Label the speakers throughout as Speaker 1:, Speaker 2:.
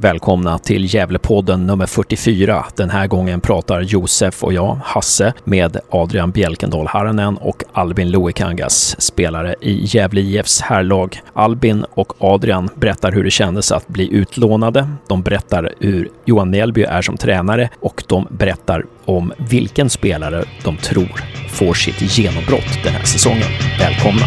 Speaker 1: Välkomna till Gävlepodden nummer 44. Den här gången pratar Josef och jag, Hasse, med Adrian Bjelkendal Haranen och Albin Luikangas, spelare i Gävle IFs herrlag. Albin och Adrian berättar hur det kändes att bli utlånade. De berättar hur Johan Mjällby är som tränare och de berättar om vilken spelare de tror får sitt genombrott den här säsongen. Välkomna!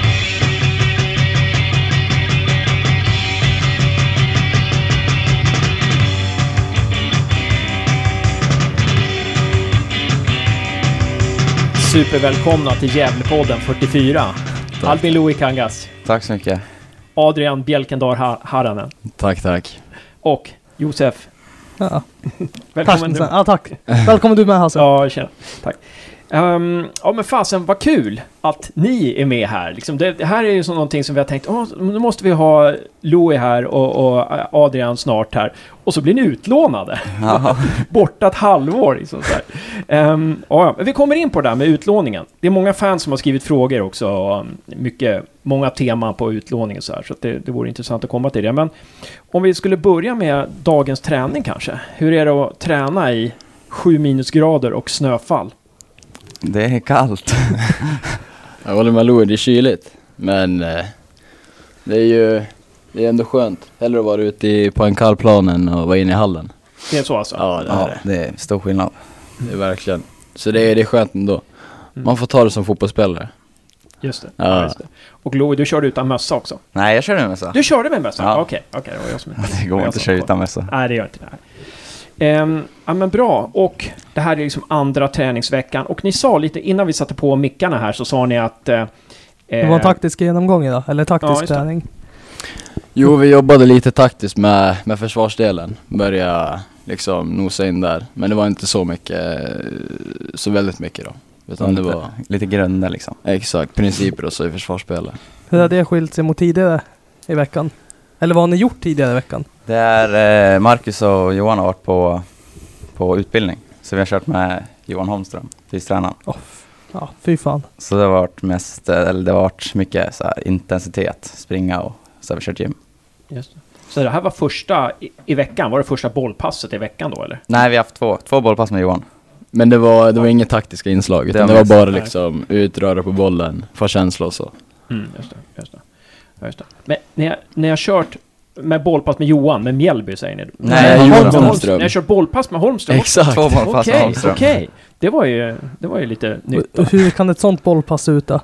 Speaker 1: Supervälkomna till Gävlepodden 44. Tack. Albin Luikangas.
Speaker 2: Tack så mycket.
Speaker 1: Adrian Bjelkendal Haranen.
Speaker 2: Tack.
Speaker 1: Och Josef.
Speaker 3: Ja.
Speaker 1: Välkommen.
Speaker 3: Tack. Välkommen du med, Hasse.
Speaker 1: Ja, tjena. Tack. Ja, men fasen, vad kul att ni är med här. Liksom det här är ju så någonting som vi har tänkt, nu måste vi ha Louis här och Adrian snart här. Och så blir ni utlånade. Borta ett halvår. Liksom så här. Ja, vi kommer in på det där med utlåningen. Det är många fans som har skrivit frågor också. Och många teman på utlåningen. Så att det vore intressant att komma till det. Men om vi skulle börja med dagens träning kanske. Hur är det att träna i 7 minusgrader och snöfall?
Speaker 2: Det är kallt.
Speaker 4: Jag håller med Louis, det är kyligt. Men det är ändå skönt. Hellre att vara ute på en kall plan än att vara inne i hallen.
Speaker 1: Det är så alltså?
Speaker 2: Ja, det är stor skillnad.
Speaker 4: Det är verkligen. Så det är skönt ändå. Man får ta det som fotbollsspelare.
Speaker 1: Just det.
Speaker 4: Ja.
Speaker 1: Just det. Och Louis, du körde utan mössa också?
Speaker 2: Nej, jag körde med mössa.
Speaker 1: Du körde med mössa?
Speaker 2: Ja.
Speaker 1: Okej, det var jag som inte...
Speaker 2: Det går inte att köra utan mössa.
Speaker 1: Nej, det gör inte det här. Ja, men bra. Och det här är liksom andra träningsveckan. Och ni sa lite innan vi satte på mickarna här, så sa ni att...
Speaker 3: det var en taktisk genomgång idag, eller taktisk träning.
Speaker 4: Jo, vi jobbade lite taktiskt med försvarsdelen. Börja liksom nosa in där. Men det var inte så väldigt mycket då. Utan det var
Speaker 2: lite grunder liksom.
Speaker 4: Exakt, principer och så i försvarsspelet.
Speaker 3: Hur har det skilt sig mot tidigare i veckan? Eller vad har ni gjort tidigare i veckan?
Speaker 2: Det är Marcus och Johan har varit på utbildning. Så vi har kört med Johan Holmström, fystränaren.
Speaker 3: Ja, fy fan.
Speaker 2: Så det har varit mycket så här intensitet, springa och så har vi kört gym.
Speaker 1: Just det. Så det här var första i veckan? Var det första bollpasset i veckan då, eller?
Speaker 2: Nej, vi har haft två bollpass med Johan.
Speaker 4: Men det var inga taktiska inslag, utan det var bara liksom utröra på bollen, få känsla och så.
Speaker 1: Just det. Men när jag kört med bollpass med Johan, med Mjällby säger ni?
Speaker 4: Nej, Johan Holmström.
Speaker 1: När jag kört bollpass med Holmström.
Speaker 4: Exakt.
Speaker 2: 2 bollpass med Holmström.
Speaker 1: Okej. Det var ju lite nytt.
Speaker 3: Och hur kan ett sånt bollpass ut då?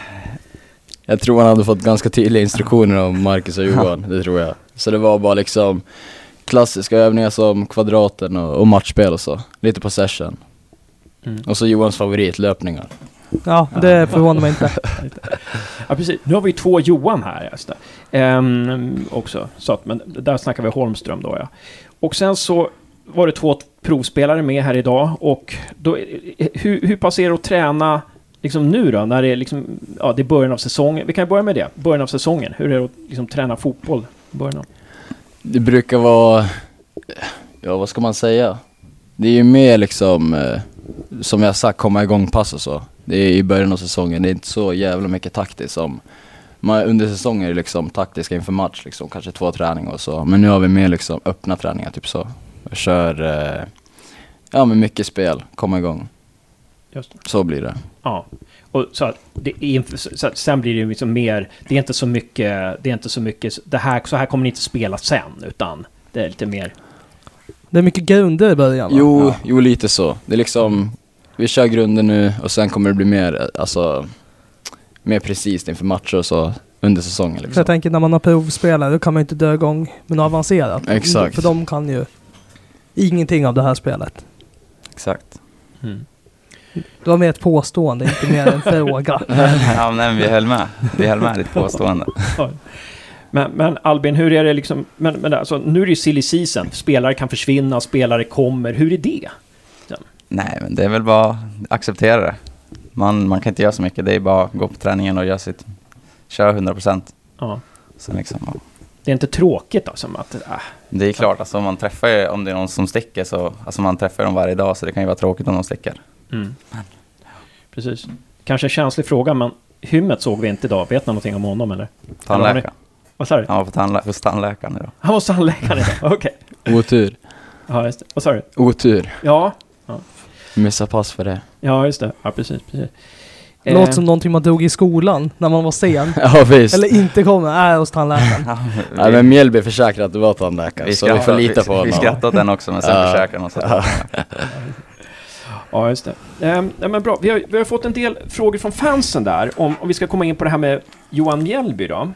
Speaker 4: Jag tror han hade fått ganska tydliga instruktioner av Marcus och Johan, det tror jag. Så det var bara liksom klassiska övningar som kvadraten och matchspel och så. Lite possession. Och så Johans favorit, löpningar.
Speaker 3: Ja, det förvånar mig inte.
Speaker 1: Ja, precis. Nu har vi 2 Johan här just också. Så att, men där snackar vi Holmström då, ja. Och sen så var det 2 provspelare med här idag. Och då, hur passerar det att träna liksom nu då? När det är liksom, det är början av säsongen. Vi kan börja med det. Början av säsongen. Hur är det att liksom träna fotboll i början av?
Speaker 4: Det brukar vara... Ja, vad ska man säga? Det är ju mer liksom... som jag sagt, komma igång pass och så. Det är i början av säsongen. Det är inte så jävla mycket taktiskt som... under säsongen är det liksom taktiska inför match. Liksom, kanske 2 träningar och så. Men nu har vi mer liksom öppna träningar, typ så. Jag kör... med mycket spel. Komma igång. Just det. Så blir det.
Speaker 1: Ja. Och så att sen blir det liksom mer... Det är inte så mycket... Så här kommer ni inte spela sen, utan det är lite mer...
Speaker 3: Det är mycket grunder i början.
Speaker 4: Jo, lite så. Det är liksom... Vi kör grunder nu och sen kommer det bli mer precis inför matcher och så under säsongen. Liksom.
Speaker 3: Jag tänker när man har provspelare då kan man inte dö igång med något avancerat.
Speaker 4: Exakt.
Speaker 3: För de kan ju ingenting av det här spelet.
Speaker 2: Exakt.
Speaker 3: Det var mer ett påstående, inte mer en fråga.
Speaker 2: Ja, men vi höll med ditt påstående.
Speaker 1: Men Albin, hur är det liksom... Men alltså, nu är det ju silly season. Spelare kan försvinna, spelare kommer. Hur är det?
Speaker 2: Nej, men det är väl bara att acceptera det. Man kan inte göra så mycket. Det är bara att gå på träningen och köra 100%.
Speaker 1: Ja.
Speaker 2: Så liksom, ja.
Speaker 1: Det är inte tråkigt alltså att...
Speaker 2: Det är klart, alltså, om det är någon som sticker så... Alltså man träffar dem varje dag så det kan ju vara tråkigt om de sticker.
Speaker 1: Precis. Kanske en känslig fråga, men Hymmet såg vi inte idag. Vet ni någonting om honom eller?
Speaker 2: Tandläkare.
Speaker 1: Vad sa du?
Speaker 2: Han var hos tandläkaren idag.
Speaker 1: Han var hos tandläkaren idag, okej.
Speaker 4: Otur.
Speaker 1: Ja, just det. Vad sa du?
Speaker 4: Otur.
Speaker 1: Ja.
Speaker 4: Missa pass för det.
Speaker 1: Ja, just det. Ja, precis.
Speaker 3: Det låter som någonting man drog i skolan när man var sen.
Speaker 4: Ja, visst.
Speaker 3: Eller inte kom, hos tandläkaren.
Speaker 4: Nej, men Mjällby försäkrar att det var tandläkaren. Så vi får lita på honom.
Speaker 2: Vi skrattar åt den också, men sen försäkrar han oss.
Speaker 1: Ja, just det. Men bra. Vi har fått en del frågor från fansen där. Om vi ska komma in på det här med Johan Mjällby då.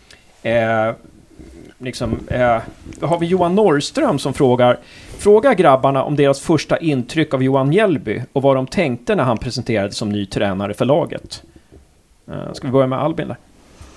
Speaker 1: Har vi Johan Norrström som frågar grabbarna om deras första intryck av Johan Mjällby och vad de tänkte när han presenterades som ny tränare för laget. Ska vi börja med Albin där?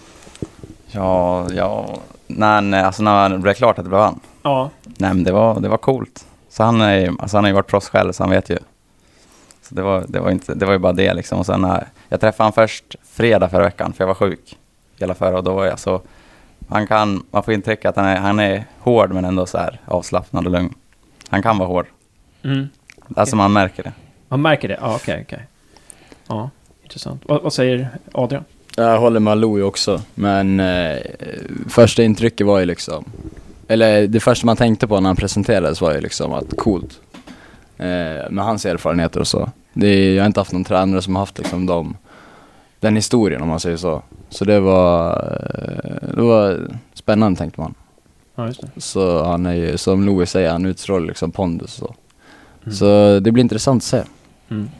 Speaker 2: När det blev klart att det blev han.
Speaker 1: Ja.
Speaker 2: Nej, men det var coolt. Så han har ju varit proffs själv, så han vet ju. Så det var ju bara det liksom. Och sen jag träffade han först fredag förra veckan, för jag var sjuk hela förra, och då var jag så... Man får intrycka att han är hård, men ändå så här avslappnad och lugn. Han kan vara hård.
Speaker 1: Mm.
Speaker 2: Alltså man märker det.
Speaker 1: Man märker det? Ja, okej. Ja, intressant. Vad säger Adrian?
Speaker 4: Jag håller med Louis också. Men första intrycket var ju liksom... Eller det första man tänkte på när han presenterades var ju liksom att coolt. Med hans erfarenheter och så. Jag har inte haft någon tränare som har haft liksom den historien, om man säger så. Så det var spännande, tänkte man.
Speaker 1: Ja, just det.
Speaker 4: Så han är ju, som Louis säger, han utstrålar liksom pondus och så. Så det blir intressant att se.
Speaker 1: Mm.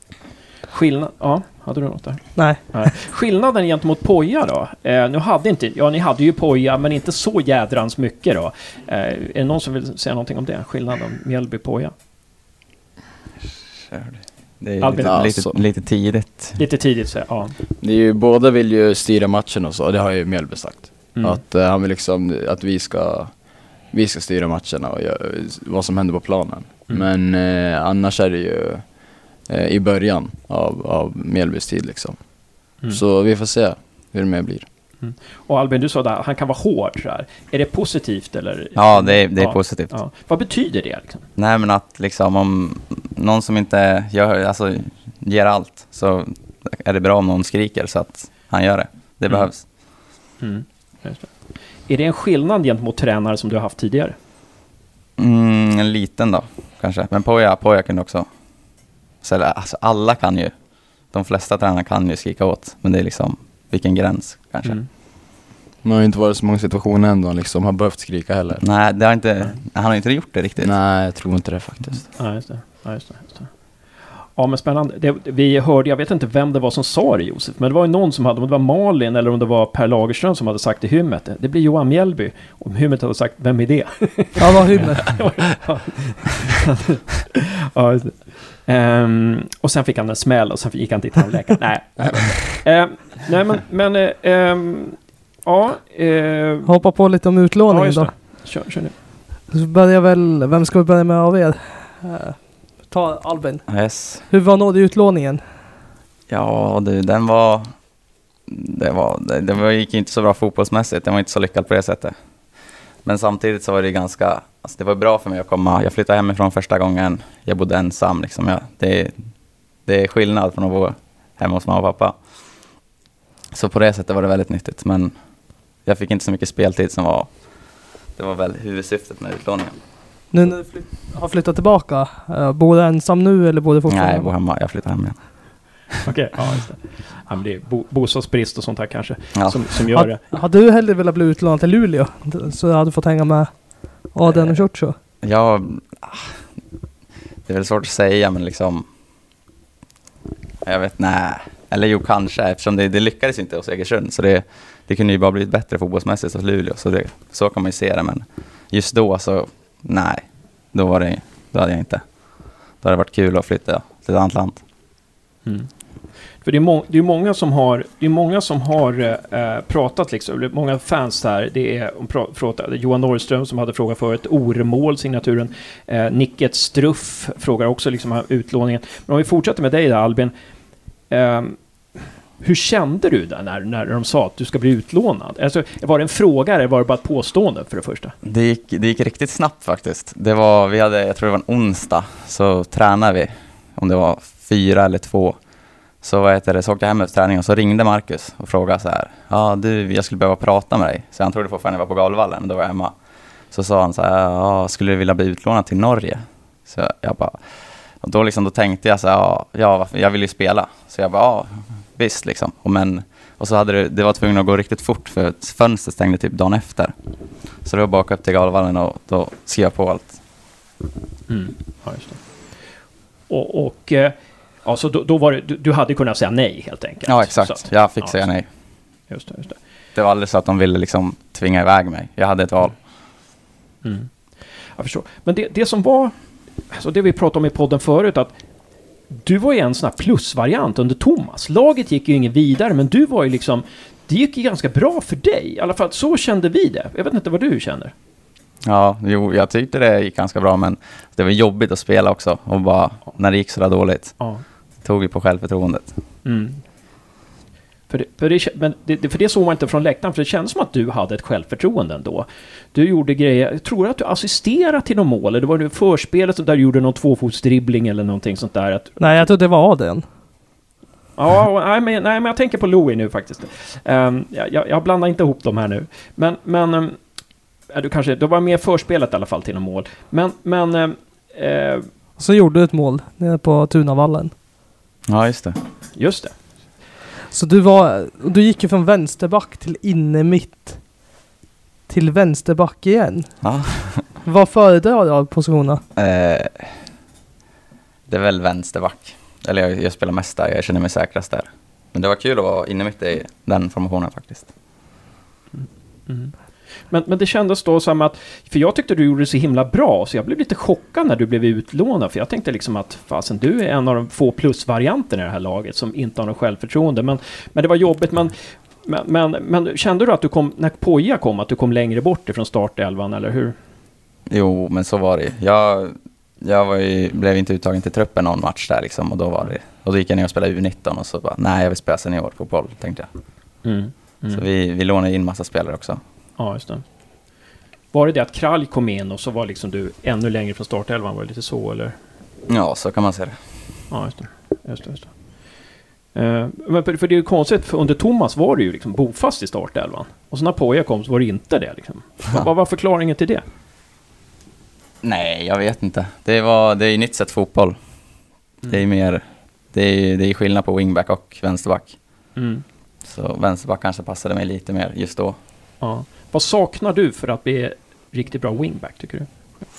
Speaker 1: Hade du något där?
Speaker 3: Nej.
Speaker 1: Skillnaden gentemot Poja då? Ni hade ju Poja, men inte så jädrans mycket då. Är det någon som vill säga någonting om det? Skillnaden Mjällby-Poja?
Speaker 2: Det är lite tidigt.
Speaker 1: Lite tidigt, så ja.
Speaker 4: Det är ju, båda vill ju styra matchen och så, det har ju Mjällby sagt. Att han vill liksom att vi ska styra matcherna och vad som händer på planen. Men annars är det ju i början av Mjällbys tid liksom. Så vi får se hur det med blir.
Speaker 1: Och Albin, du sa där, han kan vara hård så här. Är det positivt eller?
Speaker 2: Ja, det är positivt.
Speaker 1: Ja. Vad betyder det liksom?
Speaker 2: Nej, men att liksom om någon som inte ger allt, så är det bra om någon skriker så att han gör det. Det behövs.
Speaker 1: Just det. Är det en skillnad gentemot tränare som du har haft tidigare?
Speaker 2: En liten då, kanske. Men Poja kan också. Så, alltså, alla kan ju. De flesta tränare kan ju skrika åt. Men det är liksom, vilken gräns kanske.
Speaker 4: Man har ju inte varit så många situationer ändå liksom har behövt skrika heller.
Speaker 2: Nej, han har inte gjort det riktigt.
Speaker 4: Nej, jag tror inte det faktiskt.
Speaker 1: Ja, just det. Ja, men spännande. Vi hörde, jag vet inte vem det var som sa det, Josef, men det var ju någon som hade, om det var Malin eller om det var Per Lagerström som hade sagt i Hymmet, det blir Johan Mjällby. Och Hymmet hade sagt, vem är det?
Speaker 3: Ja, vad Hymmet.
Speaker 1: Ja, just det. Och sen fick han en smäll och sen gick han till tandläkaren.
Speaker 3: Hoppa på lite om utlåningen då.
Speaker 1: Kör nu.
Speaker 3: Så börjar väl, vem ska vi börja med av er? Ta Albin.
Speaker 2: Yes.
Speaker 3: Hur var utlåningen?
Speaker 2: Ja, det gick inte så bra fotbollsmässigt. Det var inte så lyckat på det sättet. Men samtidigt så var det ganska, alltså det var bra för mig att komma. Jag flyttade hemifrån första gången. Jag bodde ensam liksom. Det är skillnad från att bo hemma hos mamma och pappa. Så på det sättet var det väldigt nyttigt. Men jag fick inte så mycket speltid det var väl huvudsyftet med utlåningen.
Speaker 3: Nu när du har flyttat tillbaka, bor du ensam nu eller bor du fortfarande?
Speaker 2: Nej, jag bor hemma. Jag flyttar hem igen.
Speaker 1: Okej, ja, just det. Ja, men det är bostadsbrist och sånt här kanske som gör det.
Speaker 3: Hade du hellre velat bli utlånad till Luleå så hade du fått hänga med Adrian och Churcho?
Speaker 2: Ja, det är väl svårt att säga, men liksom jag vet, nej. Eller jo, kanske, eftersom det lyckades inte hos Egersund, så det kunde ju bara blivit bättre fotbollsmässigt hos Luleå, så kan man ju se det, men just då så nej, då hade jag inte. Då hade det varit kul att flytta till ett annat land.
Speaker 1: För det är många som har pratat liksom, många fans där. Det är Johan Norrström som hade frågat förut, Oremål signaturen, Nicket Struff frågar också liksom utlåningen. Men om vi fortsätter med dig där, Albin, hur kände du där när de sa att du ska bli utlånad? Alltså, var det en fråga eller var det bara ett påstående för det första? Det
Speaker 2: gick riktigt snabbt faktiskt. Jag tror det var en onsdag, så tränade vi, om det var 4 eller 2. Så så åkte jag hem efter träningen och så ringde Marcus och frågade så här: ja du, jag skulle behöva prata med dig. Så han trodde fortfarande jag var på Gavlevallen, då var jag hemma. Så sa han så här: ja, skulle du vilja bli utlånad till Norge? Så jag bara, och då tänkte jag så här: ja, jag vill ju spela. Så jag bara, ja, visst liksom. Och så hade det var tvungen att gå riktigt fort för fönstret stängde typ dagen efter. Så det var bara upp till Gavlevallen och då skrev jag på allt.
Speaker 1: Ja, just det. Så då var det, du hade kunnat säga nej helt enkelt.
Speaker 2: Ja, exakt.
Speaker 1: Så att,
Speaker 2: jag fick säga nej.
Speaker 1: Just det.
Speaker 2: Det var aldrig så att de ville tvinga iväg mig. Jag hade ett val.
Speaker 1: Jag förstår. Men det som var, alltså det vi pratade om i podden förut, att du var ju en sån här plusvariant under Thomas. Laget gick ju ingen vidare, men du var ju det gick ju ganska bra för dig. I alla fall så kände vi det. Jag vet inte vad du känner.
Speaker 2: Ja, jag tyckte det gick ganska bra, men det var jobbigt att spela också. Och bara, när det gick så där dåligt, tog vi på självförtroendet.
Speaker 1: För det såg man inte från läktaren, för det kändes som att du hade ett självförtroende ändå. Du gjorde grejer, jag tror att du assisterade till någon mål, eller det var förspelet där du gjorde någon tvåfotsdribbling eller någonting sånt där.
Speaker 3: Nej, jag tror det var Adrian.
Speaker 1: Ja, nej, men jag tänker på Louis nu faktiskt. Jag blandar inte ihop dem här nu. Men det var mer förspelet i alla fall till någon mål.
Speaker 3: Så gjorde du ett mål nere på Tunavallen.
Speaker 2: Ja, just det.
Speaker 1: Just det.
Speaker 3: Så du gick ju från vänsterback till innermitt till vänsterback igen.
Speaker 2: Ja.
Speaker 3: Vad föredrar du av positionerna?
Speaker 2: Det är väl vänsterback. Eller jag spelar mest där, jag känner mig säkrast där. Men det var kul att vara innermitt i den formationen faktiskt.
Speaker 1: Men det kändes då som att, för jag tyckte du gjorde det så himla bra, så jag blev lite chockad när du blev utlånad, för jag tänkte att fasen, du är en av de få plusvarianterna i det här laget som inte har någon självförtroende, men det var jobbigt, men kände du att du kom, när Poja kom, att du kom längre bort ifrån startelvan, eller hur?
Speaker 2: Jo, men så var det. Jag blev inte uttagen till truppen någon match där och då gick jag ner och spelade U19 och så bara, nej, jag vill spela seniorfotboll, tänkte jag. Så vi lånade in massa spelare också.
Speaker 1: Ja, just det. Var det att Kralj kom in och så var du ännu längre från startelvan? Var det lite så, eller?
Speaker 2: Ja, så kan man säga det. Ja,
Speaker 1: just det. Men för det är ju konstigt, för under Thomas var du ju bofast i startelvan. Och så när Poja kom så var det inte det. Vad var förklaringen till det?
Speaker 2: Nej, jag vet inte. Det är ju nytt sätt fotboll. Det är mer, det är skillnad på wingback och vänsterback. Så vänsterback kanske passade mig lite mer just då.
Speaker 1: Ja. Vad saknar du för att bli riktigt bra wingback, tycker du?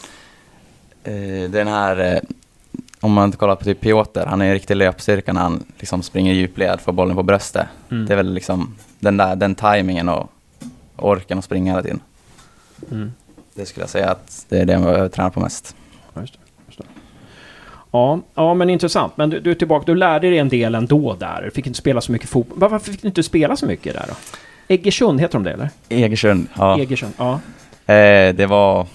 Speaker 2: Den här, om man inte kollar på typ Piotr, han är en riktig löpstyrka när han springer djupled, får bollen på bröstet. Det är väl den tajmingen och orken att springa hela tiden. Det skulle jag säga att det är det jag tränar på mest.
Speaker 1: Just det. Ja, men intressant. Men du är tillbaka, du lärde dig en del ändå där. Du fick inte spela så mycket fotboll. Varför fick du inte spela så mycket där då? Egersund heter de det, eller?
Speaker 2: Egersund, ja. Det var...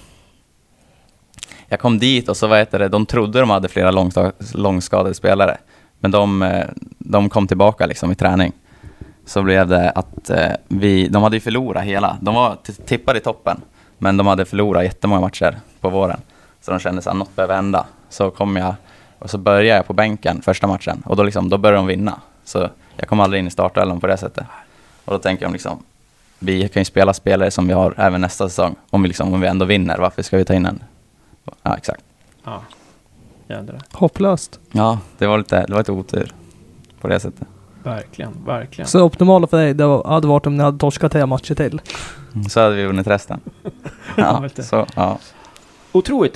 Speaker 2: Jag kom dit och så de trodde de hade flera långskadade spelare. Men de kom tillbaka i träning. Så blev det att de hade ju förlorat hela. De var tippade i toppen. Men de hade förlorat jättemånga matcher på våren. Så de kände att något behöver hända. Så kom jag och så började jag på bänken första matchen. Och då började de vinna. Så jag kom aldrig in i startelvan på det sättet. Och då tänker jag vi kan ju spela spelare som vi har även nästa säsong. Om vi ändå vinner, varför ska vi ta in en? Ja, exakt.
Speaker 1: Ja. Jädra.
Speaker 3: Hopplöst.
Speaker 2: Ja, det var lite otur på det sättet.
Speaker 1: Verkligen.
Speaker 3: Så optimala för dig, det hade varit om ni hade torskat 3 matcher till.
Speaker 2: Så hade vi vunnit resten. Ja, så, ja.
Speaker 1: Otroligt,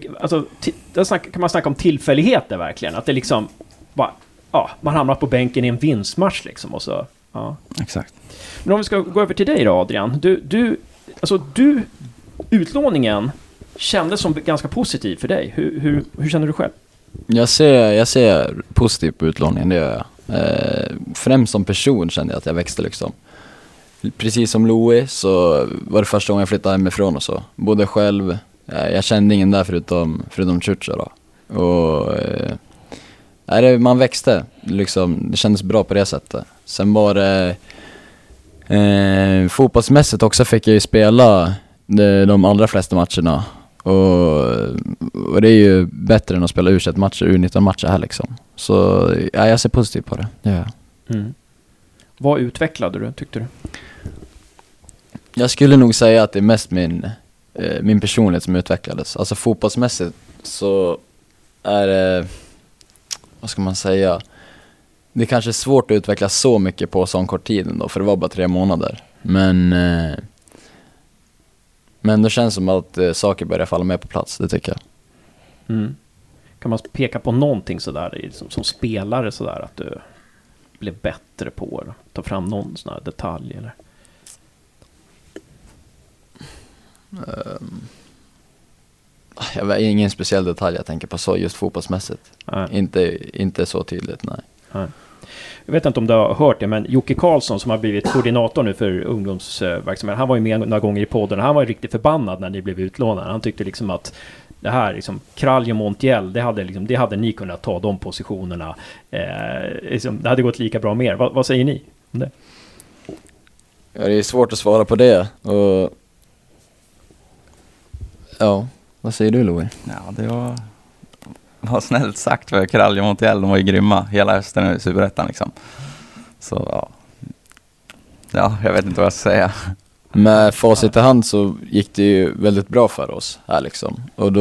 Speaker 1: kan man snacka om tillfälligheter verkligen. Att det man hamnar på bänken i en vinstmatch och så. Ja.
Speaker 2: Exakt.
Speaker 1: Men om vi ska gå över till dig då, Adrian. Du utlåningen kändes som ganska positiv för dig. Hur känner du själv?
Speaker 4: Jag ser positivt på utlåningen, det gör jag. Främst som person kände jag att jag växte Precis som Louis så var det första gången jag flyttade hemifrån och så. Bodde själv. Jag kände ingen där förutom Churcha då. Och man växte det kändes bra på det sättet. Sen var det fotbollsmässigt också fick jag ju spela de allra flesta matcherna. Och det är ju bättre än att spela U21-matcher, U19-matcher här Så ja, jag ser positivt på det. Ja.
Speaker 1: Vad utvecklade du, tyckte du?
Speaker 4: Jag skulle nog säga att det är mest min personlighet som utvecklades. Alltså fotbollsmässigt så är det, vad ska man säga, det är kanske svårt att utveckla så mycket på sån kort tid ändå, för det var bara 3 månader. Men det känns som att saker börjar falla med på plats, det tycker jag.
Speaker 1: Kan man peka på någonting sådär som spelare sådär att du blev bättre på det? Ta fram någon sån här detalj eller?
Speaker 4: Jag vet ingen speciell detalj jag tänker på så just fotbollsmässigt. Inte så tydligt, nej.
Speaker 1: Jag vet inte om du har hört det, men Jocke Karlsson som har blivit koordinator nu för ungdomsverksamhet, han var ju med några gånger i podden. Han var ju riktigt förbannad när ni blev utlånade. Han tyckte liksom att det här liksom Kralj och Montiel, det hade ni kunnat ta de positionerna. Det hade gått lika bra med er. Vad säger ni om det?
Speaker 4: Ja, det är svårt att svara på det. Och ja, vad säger du, Louis?
Speaker 2: Ja, det var snällt sagt, för Kralj och Montiel, de var ju grymma hela hösten i Superettan liksom. Så ja, jag vet inte vad jag ska säga.
Speaker 4: Med facit i hand så gick det ju väldigt bra för oss här liksom. Och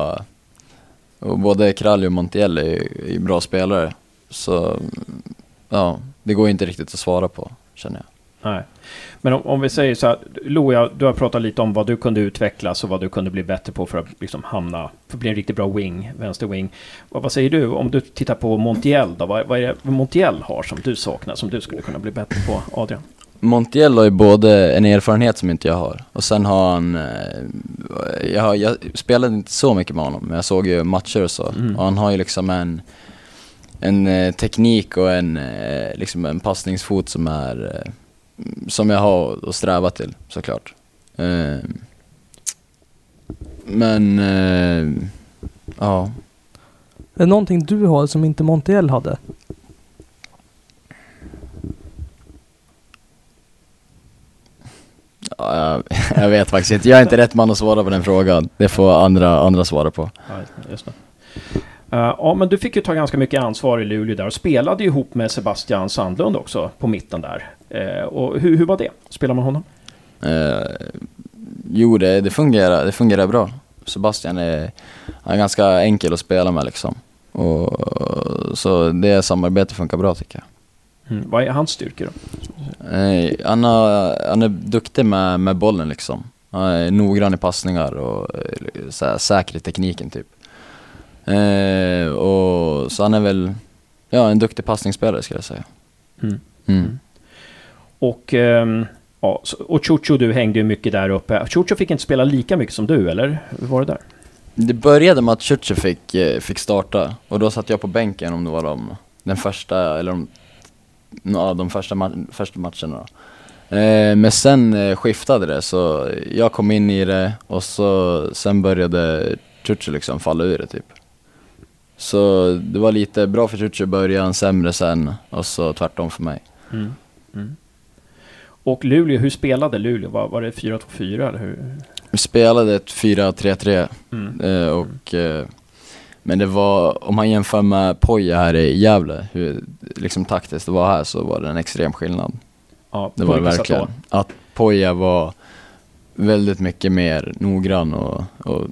Speaker 4: både Kralj och Montiel är bra spelare. Så ja, det går inte riktigt att svara på, känner jag.
Speaker 1: Nej. Men om vi säger så här, Loa, du har pratat lite om vad du kunde utvecklas och vad du kunde bli bättre på för att liksom för att bli en riktigt bra vänster wing. Vad säger du om du tittar på Montiel då? Vad är det Montiel har som du saknar, som du skulle kunna bli bättre på, Adrian?
Speaker 4: Montiel har ju både en erfarenhet som inte jag har, och sen har han jag spelade inte så mycket med honom, men jag såg ju matcher och så. Och han har ju liksom en teknik och liksom en passningsfot som jag har att sträva till, såklart. Men ja.
Speaker 3: Är det någonting du har som inte Montiel hade?
Speaker 4: Ja, jag vet faktiskt inte. Jag är inte rätt man att svara på den frågan. Det får andra svara på.
Speaker 1: Ja, just det. Ja, men du fick ju ta ganska mycket ansvar i Luleå där och spelade ju ihop med Sebastian Sandlund också på mitten där. Och hur var det? Spelar man honom?
Speaker 4: Jo, det fungerar bra. Sebastian är ganska enkel att spela med liksom. Och så det samarbetet funkar bra, tycker jag.
Speaker 1: Vad är hans styrkor då?
Speaker 4: Han är duktig med bollen liksom. Han är noggrann i passningar och säker i tekniken typ. Och så han är väl en duktig passningsspelare, skulle jag säga.
Speaker 1: Och och Chucho, du hängde ju mycket där uppe. Chucho fick inte spela lika mycket som du, eller? Hur var det där? Det
Speaker 4: började med att Chucho fick starta, och då satt jag på bänken om det var de första matcherna. Men sen skiftade det, så jag kom in i det, och sen började Chucho liksom falla ur det typ. Så det var lite bra för Chucho i början, sämre sen, och så tvärtom för mig.
Speaker 1: Och Luleå, hur spelade Luleå? Var det 4-2-4 eller hur?
Speaker 4: Vi spelade ett 4-3-3 men det var, om man jämför med Poja här i Gävle, hur liksom taktiskt det var här, så var det en extrem skillnad.
Speaker 1: Ja,
Speaker 4: det var det verkligen. Att Poja var väldigt mycket mer noggrann och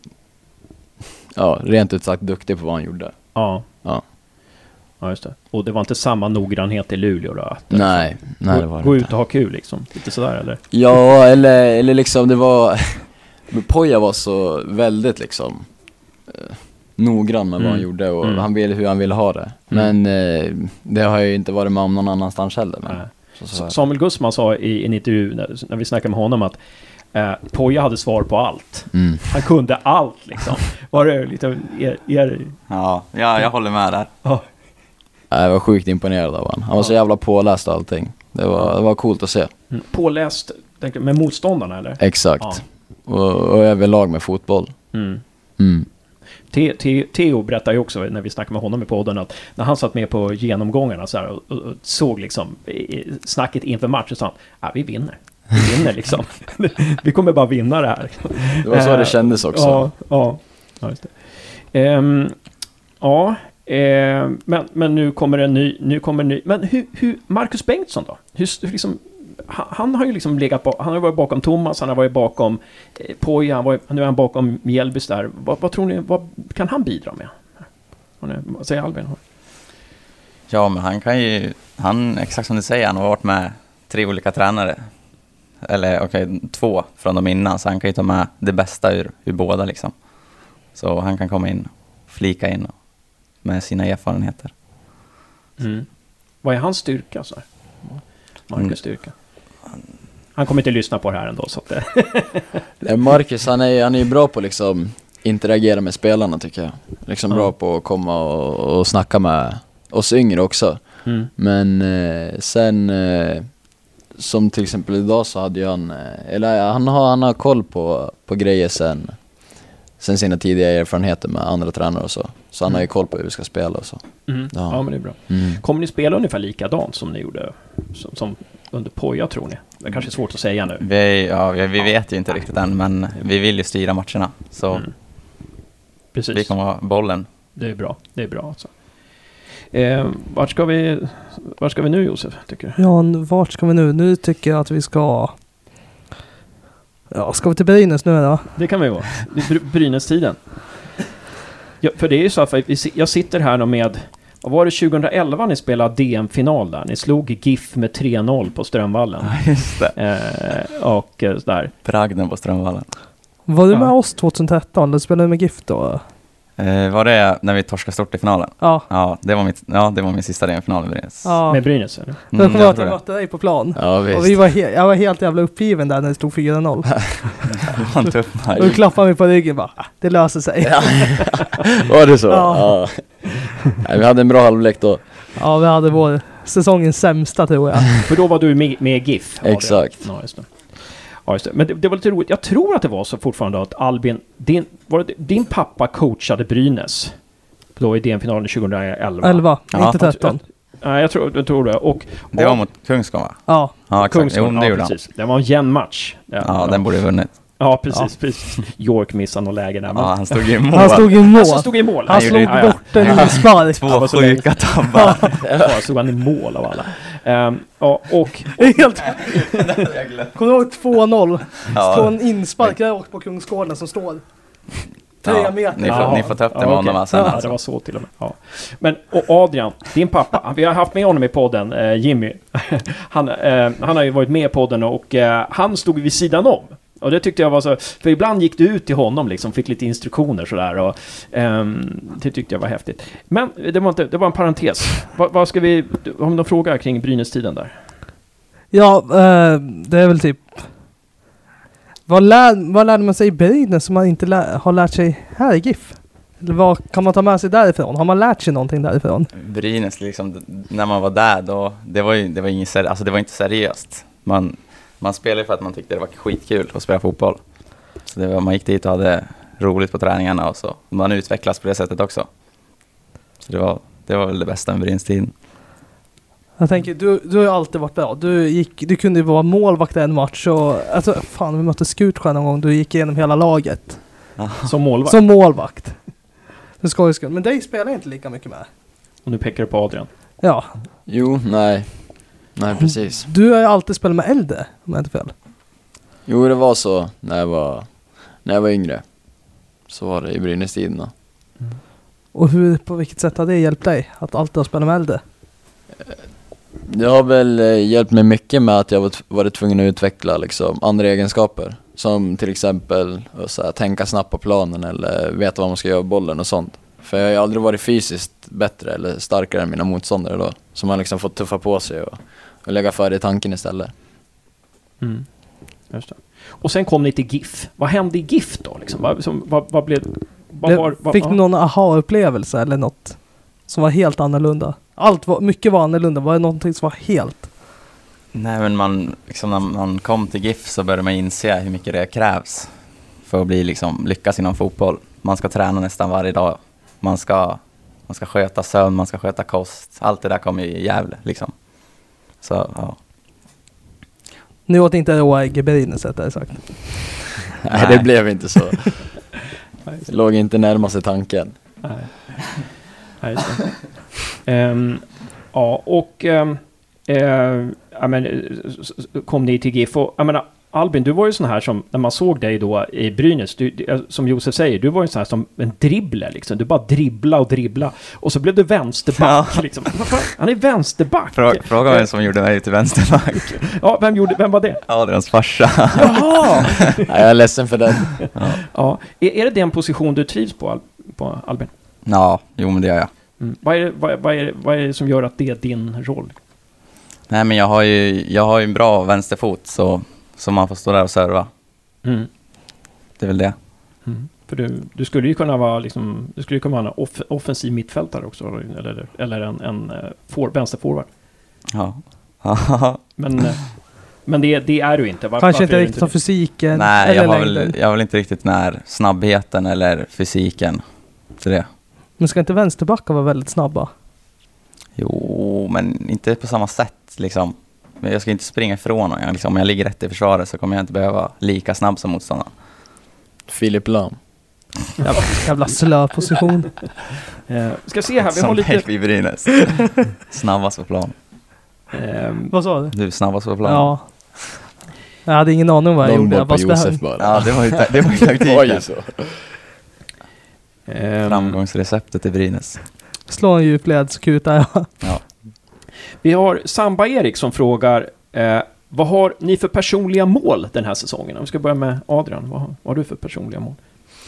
Speaker 4: rent ut sagt duktig på vad han gjorde.
Speaker 1: Ja, just det. Och det var inte samma noggrannhet i Luleå då? Att,
Speaker 4: nej, det var det inte.
Speaker 1: Gå ut och ha kul liksom, lite sådär eller?
Speaker 4: Ja, eller liksom det var Poja var så väldigt liksom noggrann med vad han gjorde, och hur han ville ha det. Men det har ju inte varit med om någon annanstans heller. Men
Speaker 1: Samuel Gussman sa i en intervju när vi snackade med honom att Poja hade svar på allt. Han kunde allt liksom. Var det lite
Speaker 2: Ja, jag håller med där.
Speaker 4: Jag var sjukt imponerad av han. Han var så jävla påläst och allting. Det var coolt att se.
Speaker 1: Påläst med motståndarna eller?
Speaker 4: Exakt. Och överlag med fotboll.
Speaker 1: Theo berättar ju också när vi snackade med honom i podden att när han satt med på genomgångarna så här, och såg liksom snacket inför matchen, så han, vi vinner liksom. Vi kommer bara vinna det här.
Speaker 4: Det var så det kändes också.
Speaker 1: Ja, just det. Men nu kommer en ny. Men hur Marcus Bengtsson då? Hur liksom, han har ju liksom han har varit bakom Thomas, han har varit bakom Poja, nu är han bakom Mjällbys där. Vad tror ni, vad kan han bidra med? Vad säger Albin?
Speaker 2: Ja, men han exakt som du säger, han har varit med 3 olika tränare. Eller 2 från dem innan, så han kan ju ta med det bästa ur båda liksom. Så han kan komma in, flika in med sina erfarenheter.
Speaker 1: Vad är hans styrka så här? Marcus styrka. Han kommer inte lyssna på det här ändå så att
Speaker 4: Marcus, han är ju bra på liksom interagera med spelarna, tycker jag. Liksom bra på att komma och snacka med oss yngre också. Men sen som till exempel idag så hade ju han har koll på grejer sen sina tidiga erfarenheter med andra tränare och så. Så han har ju koll på hur vi ska spela och så.
Speaker 1: Ja, men det är bra. Kommer ni spela ungefär likadant som ni gjorde som under Poja, tror ni? Det kanske är svårt att säga nu.
Speaker 2: Vi vet ju inte riktigt än, men vi vill ju styra matcherna. Så
Speaker 1: precis.
Speaker 2: Vi kommer ha bollen.
Speaker 1: Det är bra alltså. Vart ska vi nu, Josef, tycker du?
Speaker 3: Ja, vart ska vi nu? Nu tycker jag att vi ska... Ja, ska vi till Brynäs nu då?
Speaker 1: Det kan vi vara. Brynäs-tiden. Ja, för det är ju så att jag sitter här med... Vad var det 2011 ni spelade DM-final där? Ni slog GIF med 3-0 på Strömvallen.
Speaker 2: Ja, just det.
Speaker 1: Och sådär.
Speaker 2: Bragden på Strömvallen.
Speaker 3: Var du med oss 2013? Du spelade med GIF då?
Speaker 2: Var det när vi torskade stort i finalen?
Speaker 3: Ja.
Speaker 2: Ja, det var min sista DM-final med Brynäs.
Speaker 3: Ja.
Speaker 1: Med Brynäs, eller?
Speaker 3: Jag kommer ihåg att jag mötte dig på plan.
Speaker 4: Ja, visst.
Speaker 3: Och jag var helt jävla uppgiven där när det stod 4-0.
Speaker 2: Och
Speaker 3: du klappade mig på ryggen bara, det löser sig.
Speaker 4: Ja. Var det så?
Speaker 3: Ja.
Speaker 4: Nej, vi hade en bra halvlek då.
Speaker 3: Ja, vi hade vår säsongens sämsta, tror jag.
Speaker 1: För då var du med GIF.
Speaker 4: Exakt.
Speaker 1: Ja, just det. Ja, just det. Men det var lite roligt. Jag tror att det var så fortfarande att Albin, din pappa coachade Brynäs då i DM-finalen 2011.
Speaker 3: 11, inte 13.
Speaker 1: Nej, jag tror det. Och
Speaker 2: det var mot Kungsgård, va?
Speaker 3: Ja.
Speaker 2: Ja,
Speaker 1: Kungsgård, precis. Det var en jämn match.
Speaker 2: Ja, den borde vunnit.
Speaker 1: Ja, precis. York missade något läge där.
Speaker 2: Ja, han stod i mål.
Speaker 3: Han stod i mål. Han slog bort en inspark.
Speaker 2: 2 sjuka tabbar.
Speaker 1: Ja, stod han i mål av alla. Och
Speaker 3: helt... Kommer du ihåg 2-0?
Speaker 2: Ja.
Speaker 3: Slå en inspark där åkt på Kungsgården som står 3 meter.
Speaker 2: Ni får ta upp det med honom sen.
Speaker 1: Ja, det var så till och med. Ja. Men, och Adrian, din pappa, vi har haft med honom i podden, Jimmy. Han har ju varit med i podden och han stod vid sidan om. Och det tyckte jag var så... För ibland gick du ut till honom liksom, fick lite instruktioner sådär. Och, det tyckte jag var häftigt. Men det var en parentes. Vad ska vi... Har vi någon fråga kring Brynäs-tiden där?
Speaker 3: Ja, det är väl typ... Vad lärde man sig i Brynäs som man inte har lärt sig här i GIF? Eller vad kan man ta med sig därifrån? Har man lärt sig någonting därifrån?
Speaker 2: Brynäs, liksom, när man var där då... Det var inte seriöst. Man spelade för att man tyckte det var skitkul att spela fotboll. Så man gick dit och hade roligt på träningarna och så. Man utvecklas på det sättet också. Så det var väl det bästa med Brynäs-tiden.
Speaker 3: Jag tänker, du har ju alltid varit bra. Du kunde ju vara målvakt i en match och... Alltså, fan, vi mötte Skutskär någon gång. Du gick igenom hela laget.
Speaker 1: Som målvakt?
Speaker 3: Som målvakt. För skojs skull. Men dig spelar inte lika mycket med. Och
Speaker 1: nu pekar du på Adrian.
Speaker 3: Ja.
Speaker 4: Jo, nej. Nej, precis.
Speaker 3: Du har ju alltid spelat med äldre, om jag inte fel.
Speaker 4: Jo, det var så när jag var yngre. Så var det i Brynäs-tiden då.
Speaker 3: Och på vilket sätt har det hjälpt dig att alltid ha spelat med äldre?
Speaker 4: Det har väl hjälpt mig mycket med att jag varit tvungen att utveckla liksom andra egenskaper. Som till exempel att tänka snabbt på planen eller veta vad man ska göra med bollen och sånt. För jag har ju aldrig varit fysiskt bättre eller starkare än mina motståndare då. Så man liksom fått tuffa på sig och lägga för i tanken istället.
Speaker 1: Just det. Och sen kom ni till GIF. Vad hände i GIF då? Liksom? Vad blev...
Speaker 3: Fick ni någon aha-upplevelse eller något som var helt annorlunda? Mycket var annorlunda. Var det någonting som var helt?
Speaker 2: Nej, men när man kom till GIF så började man inse hur mycket det krävs för att bli lyckas inom fotboll. Man ska träna nästan varje dag. Man ska sköta sömn, man ska sköta kost. Allt det där kommer i Gävle liksom. Så, ja.
Speaker 3: Nu åt inte råägg i Brynäs, det är sagt.
Speaker 4: Nej, det blev inte så. Det låg inte närmast i tanken.
Speaker 1: Nej, Ja, just det. Ja, och jag menar, kom ni till GIF och jag menar, Albin, du var ju sån här som, när man såg dig då i Brynäs, som Josef säger, du var ju sån här som en dribbler liksom. Du bara dribbla och så blev du vänsterback liksom. Han är vänsterback.
Speaker 2: Fråga vem som gjorde mig till vänsterback.
Speaker 1: Ja, vem var det?
Speaker 2: Adrians farsa.
Speaker 1: Jaha!
Speaker 4: Nej, jag är ledsen för den.
Speaker 1: Ja. Är det den position du trivs på Albin?
Speaker 2: Ja, jo men det gör jag.
Speaker 1: Vad är det som gör att det är din roll?
Speaker 2: Nej, men jag har ju en bra vänsterfot så man får stå där och serva. Det är väl det.
Speaker 1: För du skulle ju kunna vara liksom, du skulle ju kunna vara en offensiv mittfältare också, eller en vänsterforward.
Speaker 2: Ja.
Speaker 1: Men det är du inte.
Speaker 3: Kanske inte riktigt av fysiken.
Speaker 2: Nej,
Speaker 3: eller
Speaker 2: jag vill inte riktigt när snabbheten eller fysiken till det.
Speaker 3: Men ska inte vänsterbackar vara väldigt snabba?
Speaker 2: Jo, men inte på samma sätt liksom. Jag ska inte springa ifrån någon. Liksom, om jag ligger rätt i försvaret så kommer jag inte behöva lika snabb som motståndaren.
Speaker 4: Filip Lam.
Speaker 3: Jävla slö position.
Speaker 1: Ska se här, vi
Speaker 2: som
Speaker 1: har lite...
Speaker 2: Som Brynäs. Snabbast på plan.
Speaker 3: Vad sa du?
Speaker 2: Du snabbast på plan.
Speaker 3: Ja. Jag hade ingen aning vad jag gjorde. Jag
Speaker 4: på Josef bara.
Speaker 2: Ja, det var ju taktiken.
Speaker 4: Oj, så.
Speaker 2: Framgångsreceptet i Brynäs.
Speaker 3: Slå en djupled så kutar jag.
Speaker 2: Ja.
Speaker 1: Vi har Samba Erik som frågar vad har ni för personliga mål den här säsongen? Om vi ska börja med Adrian. Vad har du för personliga mål?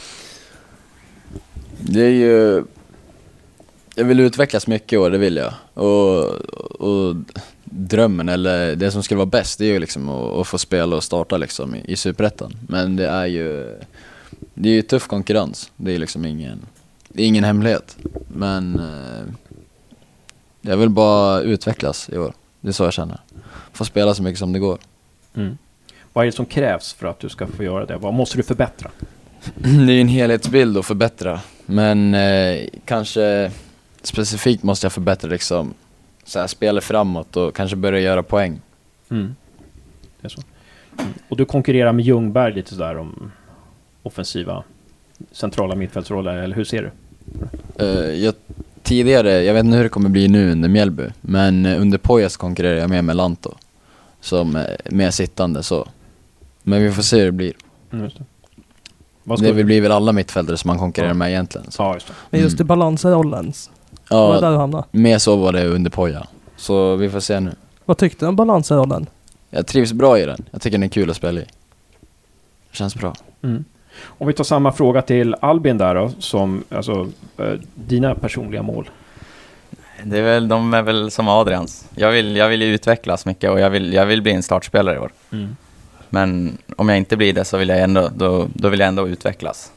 Speaker 4: Det är ju... Jag vill utvecklas mycket och det vill jag. Och drömmen, eller det som skulle vara bäst, det är ju liksom att få spela och starta liksom i Superettan. Men det är ju tuff konkurrens. Det är liksom ingen hemlighet. Men jag vill bara utvecklas i år. Det är så jag känner. Få spela så mycket som det går.
Speaker 1: Vad är det som krävs för att du ska få göra det? Vad måste du förbättra?
Speaker 4: Det är en helhetsbild att förbättra. Men kanske specifikt måste jag förbättra liksom så här, spela framåt och kanske börja göra poäng.
Speaker 1: Det är så. Och du konkurrerar med Ljungberg lite sådär om offensiva centrala mittfältsroller, eller hur ser du?
Speaker 4: Tidigare, jag vet inte hur det kommer bli nu under Mjällby, men under Pojas konkurrerar jag med Lanto som mer sittande så. Men vi får se hur det blir.
Speaker 1: Just det.
Speaker 4: Det blir väl alla mittfältare som man konkurrerar med egentligen. Så.
Speaker 1: Ja, just det.
Speaker 3: Men just i balansrollen. Var det där du hamnade?
Speaker 4: Mer så var det under Poja. Så vi får se nu.
Speaker 3: Vad tyckte du om balansrollen?
Speaker 4: Jag trivs bra i den. Jag tycker den är kul att spela i. Det känns bra.
Speaker 1: Om vi tar samma fråga till Albin där då, som alltså dina personliga mål.
Speaker 2: De är väl som Adrians. Jag vill ju utvecklas mycket och jag vill bli en startspelare i år. Men om jag inte blir det så vill jag ändå utvecklas.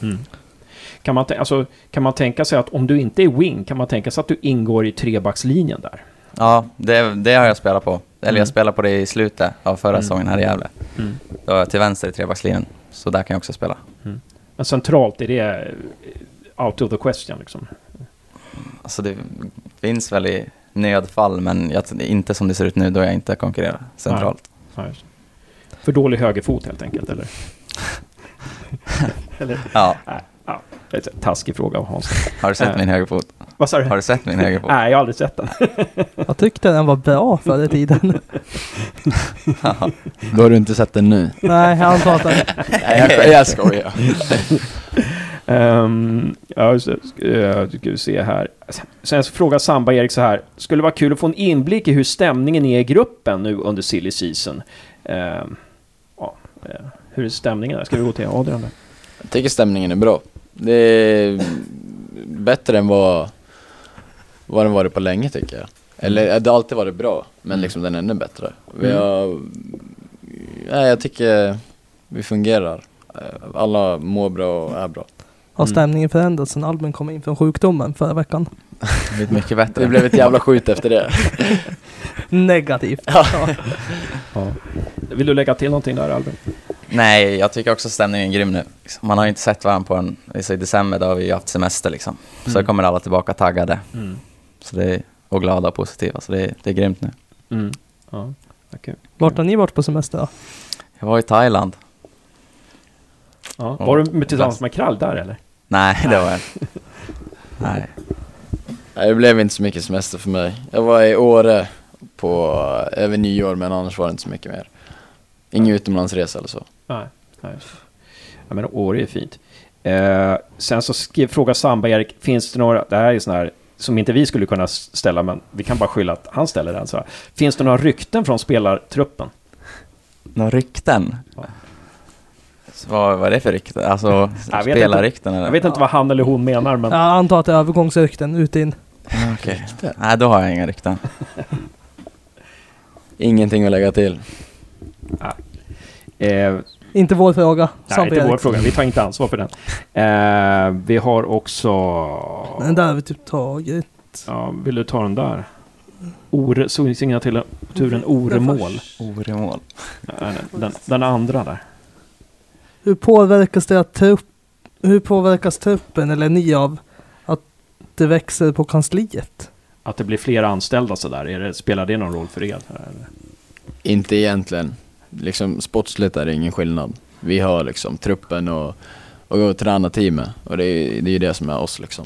Speaker 1: Kan man tänka sig att om du inte är wing, kan man tänka sig att du ingår i trebackslinjen där?
Speaker 2: Ja, det har jag spelat på. Eller jag spelade på det i slutet av förra säsongen här i Gävle. Då var jag till vänster i trebackslinjen. Så där kan jag också spela.
Speaker 1: Men centralt är det out of the question liksom?
Speaker 2: Alltså det finns väl i nödfall, men inte som det ser ut nu, då jag inte konkurrerar centralt.
Speaker 1: Ja, just. För dålig högerfot helt enkelt, eller? Eller?
Speaker 2: Ja.
Speaker 1: Ja. Det är en taskig fråga av Hans.
Speaker 2: Har du sett min högerfot?
Speaker 1: Vad sa du?
Speaker 2: Har du sett min högerfot?
Speaker 1: Nej, jag har aldrig sett den.
Speaker 3: Jag tyckte den var bra förr i tiden.
Speaker 4: Då har du inte sett den nu?
Speaker 3: Nej, jag antar att den...
Speaker 4: Nej, jag skojar.
Speaker 1: Ja, ska vi se här. Sen frågar Samba Erik så här. Skulle vara kul att få en inblick i hur stämningen är i gruppen nu under silly season. Hur är stämningen där? Ska vi gå till Adrian där?
Speaker 4: Jag tycker stämningen är bra. Det är bättre än vad den varit på länge, tycker jag. Eller det har alltid varit bra, men liksom den är ännu bättre. Jag tycker vi fungerar. Alla mår bra och är bra.
Speaker 3: Har stämningen förändrats sen Albin kom in från sjukdomen förra veckan?
Speaker 2: Det blir mycket bättre.
Speaker 4: Det blev ett jävla skjut efter det.
Speaker 3: Negativt.
Speaker 1: Ja. Vill du lägga till någonting där, Albin?
Speaker 2: Nej, jag tycker också stämningen är grym nu. Man har ju inte sett varandra i december, då har vi haft semester liksom. Så kommer alla tillbaka taggade. Så det är, och glada och positiva, så det är grymt nu.
Speaker 1: Ja, okay.
Speaker 3: Vart har ni varit på semester då?
Speaker 2: Jag var i Thailand.
Speaker 1: Ja. Var du tillsammans med Krall där eller?
Speaker 2: Nej, det var jag. Nej.
Speaker 4: Nej, det blev inte så mycket semester för mig. Jag var i Åre på över nyår, men annars var det inte så mycket mer. Ingen utomlandsresa eller så.
Speaker 1: Nej. Ja, men Åre är fint. Sen så frågar Samba-Erik, finns det några, det här är sån här som inte vi skulle kunna ställa, men vi kan bara skylla att han ställer den så här. Finns det några rykten från spelartruppen?
Speaker 2: Några rykten?
Speaker 1: Ja.
Speaker 2: Vad är det för rykten? Alltså spelarrykten eller?
Speaker 1: Jag vet inte vad han eller hon menar, men...
Speaker 3: Jag antar att det är övergångsrykten ut in.
Speaker 2: Okej. Nej, då har jag inga rykten.
Speaker 4: Ingenting att lägga till.
Speaker 3: Inte vår fråga.
Speaker 1: Nej, inte vår fråga. Vi tar inte ansvar för den. Vi har också...
Speaker 3: Men där har vi typ tagit.
Speaker 1: Ja, vill du ta den där? Signaturen Oremål.
Speaker 2: Oremål.
Speaker 1: Den andra där.
Speaker 3: Hur påverkas truppen eller ni av att det växer på kansliet?
Speaker 1: Att det blir fler anställda så där. Spelar det någon roll för er? Eller?
Speaker 4: Inte egentligen. Liksom sportsligt är det ingen skillnad. Vi har liksom truppen och gå och träna teamet. Och det är ju det som är oss liksom.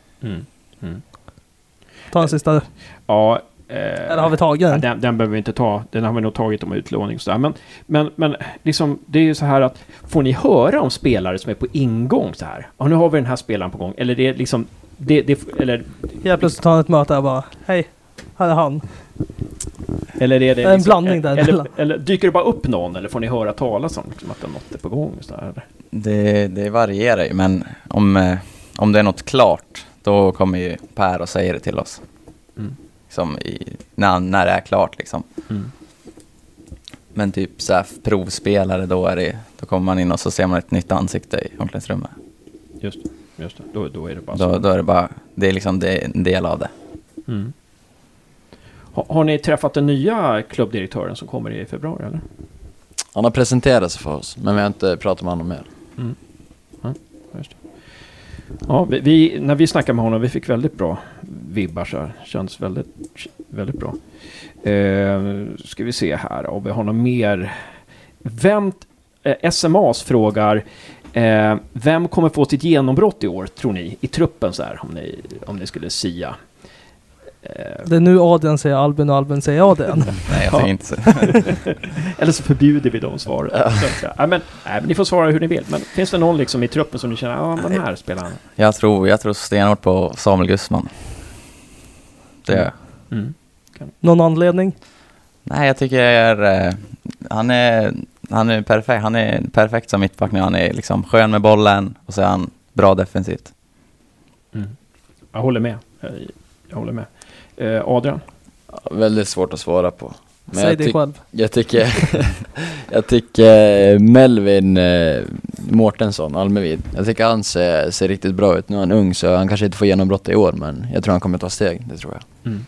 Speaker 3: Ta en sista.
Speaker 1: Ja.
Speaker 3: Eller har vi tagit den?
Speaker 1: Den behöver vi inte ta. Den har vi nog tagit om utlåning och sådär. Men liksom, det är ju så här att får ni höra om spelare som är på ingång så här? Ja, nu har vi den här spelaren på gång. Eller det är liksom... eller...
Speaker 3: Jag plötsligt tar ett möte och bara, hej, här är han.
Speaker 1: Eller är det
Speaker 3: en
Speaker 1: liksom,
Speaker 3: blandning där.
Speaker 1: Eller dyker det bara upp någon? Eller får ni höra talas om liksom, att något är på gång? Så där?
Speaker 2: Det varierar ju, men om det är något klart, då kommer ju Per och säger det till oss. Liksom när det är klart liksom. Men typ så här provspelare, då kommer man in och så ser man ett nytt ansikte i omklädningsrummet. Just det. Då är det bara så. Då är det bara, det är liksom en del av det.
Speaker 1: Har ni träffat den nya klubbdirektören som kommer i februari eller?
Speaker 4: Han har presenterat sig för oss, men vi har inte pratat med honom mer.
Speaker 1: Ja, just det. Ja, vi när vi snackade med honom, vi fick väldigt bra vibbar så här. Känns väldigt, väldigt bra. Ska vi se här om vi har något mer. SMAs frågar vem kommer få sitt genombrott i år, tror ni, i truppen så här, om ni skulle sia?
Speaker 3: Det är nu Adrian säger Albin och Albin säger Adrian.
Speaker 2: Nej, jag tänker inte så.
Speaker 1: Eller så förbjuder vi de svaren. Men ni får svara hur ni vill. Men finns det någon liksom i truppen som ni känner, den här spelar han?
Speaker 2: Jag tror stenhårt på Samuel Guzman. Det
Speaker 3: Någon anledning?
Speaker 2: Nej, jag tycker han är perfekt. Han är perfekt som mittback nu. Han är liksom skön med bollen och så är han bra defensivt.
Speaker 1: Jag håller med. Adrian?
Speaker 4: Ja, väldigt svårt att svara på. Men
Speaker 3: säg det själv.
Speaker 4: Jag tycker Melvin Mårtensson, Almevid. Jag tycker han ser riktigt bra ut. Nu är han ung så han kanske inte får genombrott i år, men jag tror han kommer ta steg, det tror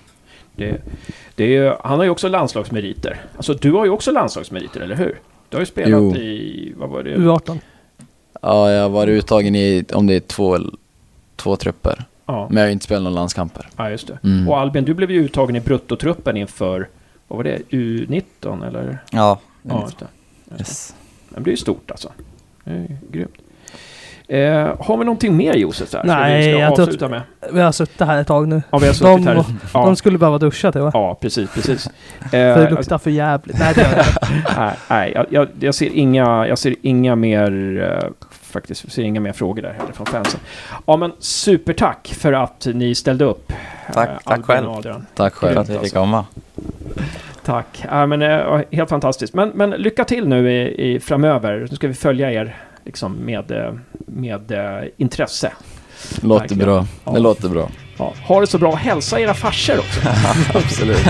Speaker 4: jag. Han har ju också landslagsmeriter. Alltså du har ju också landslagsmeriter, eller hur? Du har ju spelat i, vad var det?
Speaker 3: U18.
Speaker 4: Ja, jag har varit uttagen i, om det är två trupper.
Speaker 1: Ja.
Speaker 4: Men jag har inte spelat någon landskamper.
Speaker 1: Ja, just det. Och Albin, du blev ju uttagen i bruttotruppen inför, vad var det? U19 eller?
Speaker 2: Ja.
Speaker 1: Just det. Yes. Det blir ju stort alltså. Det är grymt. Har vi någonting mer, Josef? Där?
Speaker 3: Nej, jag tror vi har suttit här ett tag nu.
Speaker 1: Ja, vi har suttit här. Ja.
Speaker 3: De skulle behöva duscha till, va?
Speaker 1: Ja, precis.
Speaker 3: För det luktar för jävligt. Nej, det gör jag.
Speaker 1: Nej, jag ser inga mer faktiskt. Jag ser inga mer frågor där heller från fansen. Ja, men supertack för att ni ställde upp.
Speaker 2: Tack själv.
Speaker 4: Tack själv
Speaker 2: för att vi fick komma.
Speaker 1: Tack. Men helt fantastiskt. Men lycka till nu i framöver. Nu ska vi följa er liksom med intresse.
Speaker 4: Låter bra. Ja. Det låter bra.
Speaker 1: Ja. Ha det så bra. Hälsa era farsor också.
Speaker 4: Absolut.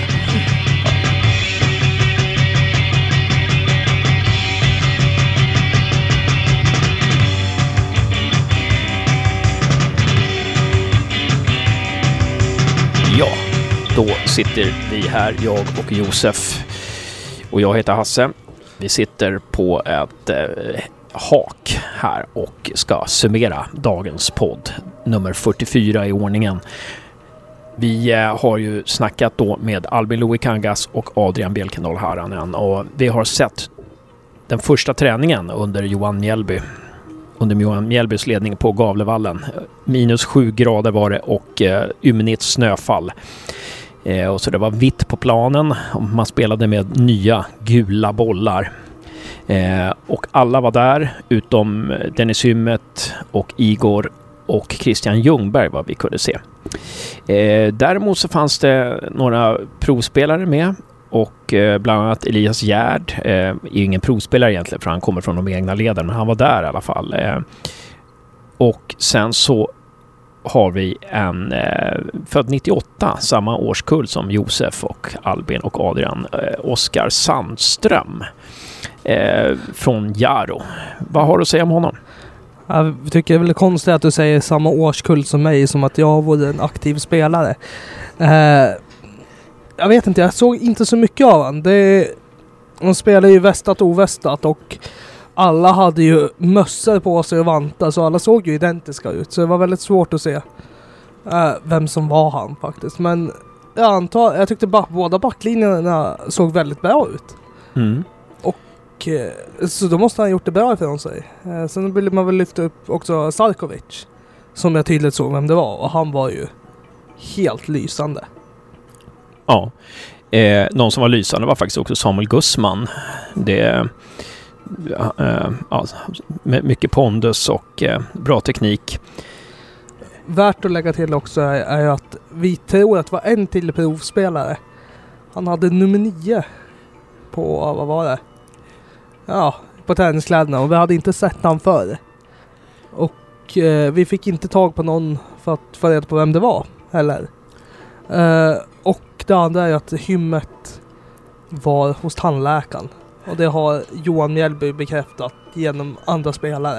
Speaker 1: Ja, då sitter vi här, jag och Josef. Och jag heter Hasse. Vi sitter på ett hak här och ska summera dagens podd, nummer 44 i ordningen. Vi har ju snackat då med Albin Loikangas och Adrian Bjelkendal Haranen och vi har sett den första träningen under Johan Mjällby under Johan Mjällbys ledning på Gavlevallen. -7 grader var det och ymnigt snöfall. Och så det var vitt på planen och man spelade med nya gula bollar. Och alla var där utom Dennis Hymmet och Igor och Christian Ljungberg vad vi kunde se. Däremot så fanns det några provspelare med och bland annat Elias Gärd är ingen provspelare egentligen för han kommer från de egna leden men han var där i alla fall. Och sen så har vi en född 98, samma årskull som Josef och Albin och Adrian, Oskar Sandström från Jaro. Vad har du att säga om honom?
Speaker 3: Jag tycker det är väl konstigt att du säger samma årskull som mig som att jag vore en aktiv spelare. Jag vet inte, jag såg inte så mycket av honom. De spelade ju västat och ovästat och alla hade ju mössor på sig och vantar så alla såg ju identiska ut. Så det var väldigt svårt att se vem som var han faktiskt. Men jag tyckte båda backlinjerna såg väldigt bra ut.
Speaker 1: Mm.
Speaker 3: Så då måste han ha gjort det bra ifrån sig. Sen ville man väl lyfta upp också Sarkovic som jag tydligt såg vem det var. Och han var ju helt lysande.
Speaker 1: Ja, någon som var lysande var faktiskt också Samuel Gussman. Det med mycket pondus och bra teknik.
Speaker 3: Värt att lägga till också är ju att vi tror att det var en till provspelare. Han hade nummer 9 på, vad var det? Ja, på träningskläderna och vi hade inte sett han förr. Och vi fick inte tag på någon för att få reda på vem det var heller. Och det andra är att Hymmet var hos tandläkaren. Och det har Johan Mjällby bekräftat genom andra spelare.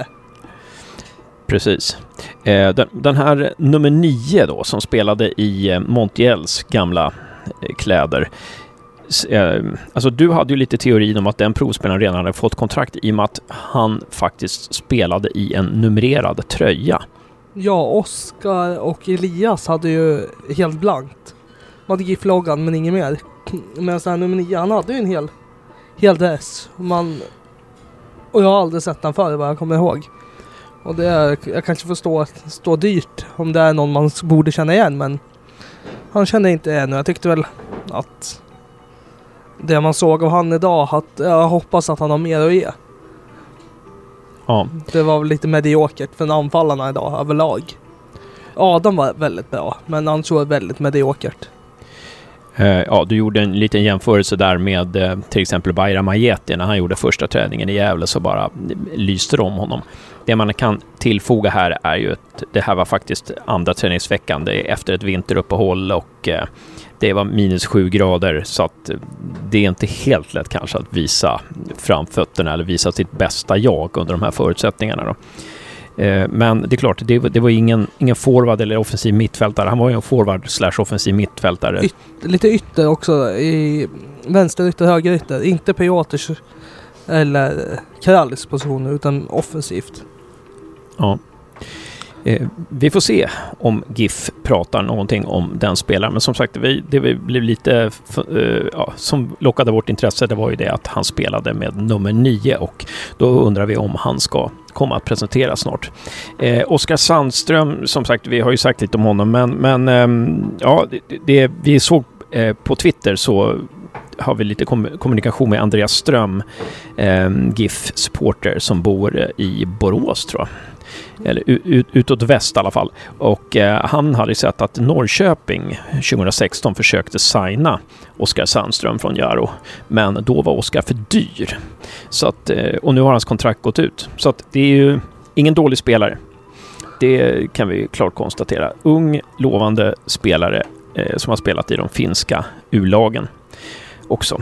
Speaker 3: Precis.
Speaker 1: Den här nummer 9 då som spelade i Montiels gamla kläder. Alltså du hade ju lite teorin om att den provspelaren redan hade fått kontrakt i och med att han faktiskt spelade i en numrerad tröja.
Speaker 3: Ja, Oskar och Elias hade ju helt blankt. De hade GIF-loggan men inget mer. Men så här nummer 9, han hade ju en hel dress. Och jag har aldrig sett den förr vad jag kommer ihåg. Och det är, jag kanske får stå dyrt om det är någon man borde känna igen. Men han kände inte igen. Jag tyckte väl att det man såg av han idag, att jag hoppas att han har mer att ge.
Speaker 1: Ja.
Speaker 3: Det var väl lite mediokert för anfallarna idag överlag. Adam var väldigt bra, men han såg väldigt mediokert.
Speaker 1: Ja, du gjorde en liten jämförelse där med till exempel Bayram Ajeti när han gjorde första träningen i Gävle så bara lyste de om honom. Det man kan tillfoga här är ju att det här var faktiskt andra träningsveckan. Det är efter ett vinteruppehåll och det var -7 grader så att det är inte helt lätt kanske att visa framfötterna eller visa sitt bästa jag under de här förutsättningarna då. Men det är klart, det var ingen forward eller offensiv mittfältare. Han var ju en forward/offensiv mittfältare.
Speaker 3: Lite ytter också i vänsterytter, högerytter. Inte Piotrs eller Krallis positioner utan offensivt.
Speaker 1: Ja. Vi får se om GIF pratar någonting om den spelaren. Men som sagt, det blev lite som lockade vårt intresse, det var ju det att han spelade med nummer 9 och då undrar vi om han ska komma att presentera snart. Oskar Sandström, som sagt, vi har ju sagt lite om honom, men ja, vi såg på Twitter så har vi lite kommunikation med Andreas Ström, GIF-supporter som bor i Borås tror jag. Eller utåt väst i alla fall. Och han hade sett att Norrköping 2016 försökte signa Oskar Sandström från Jaro. Men då var Oskar för dyr. Så att, och nu har hans kontrakt gått ut. Så att det är ju ingen dålig spelare. Det kan vi klart konstatera. Ung, lovande spelare som har spelat i de finska U-lagen också.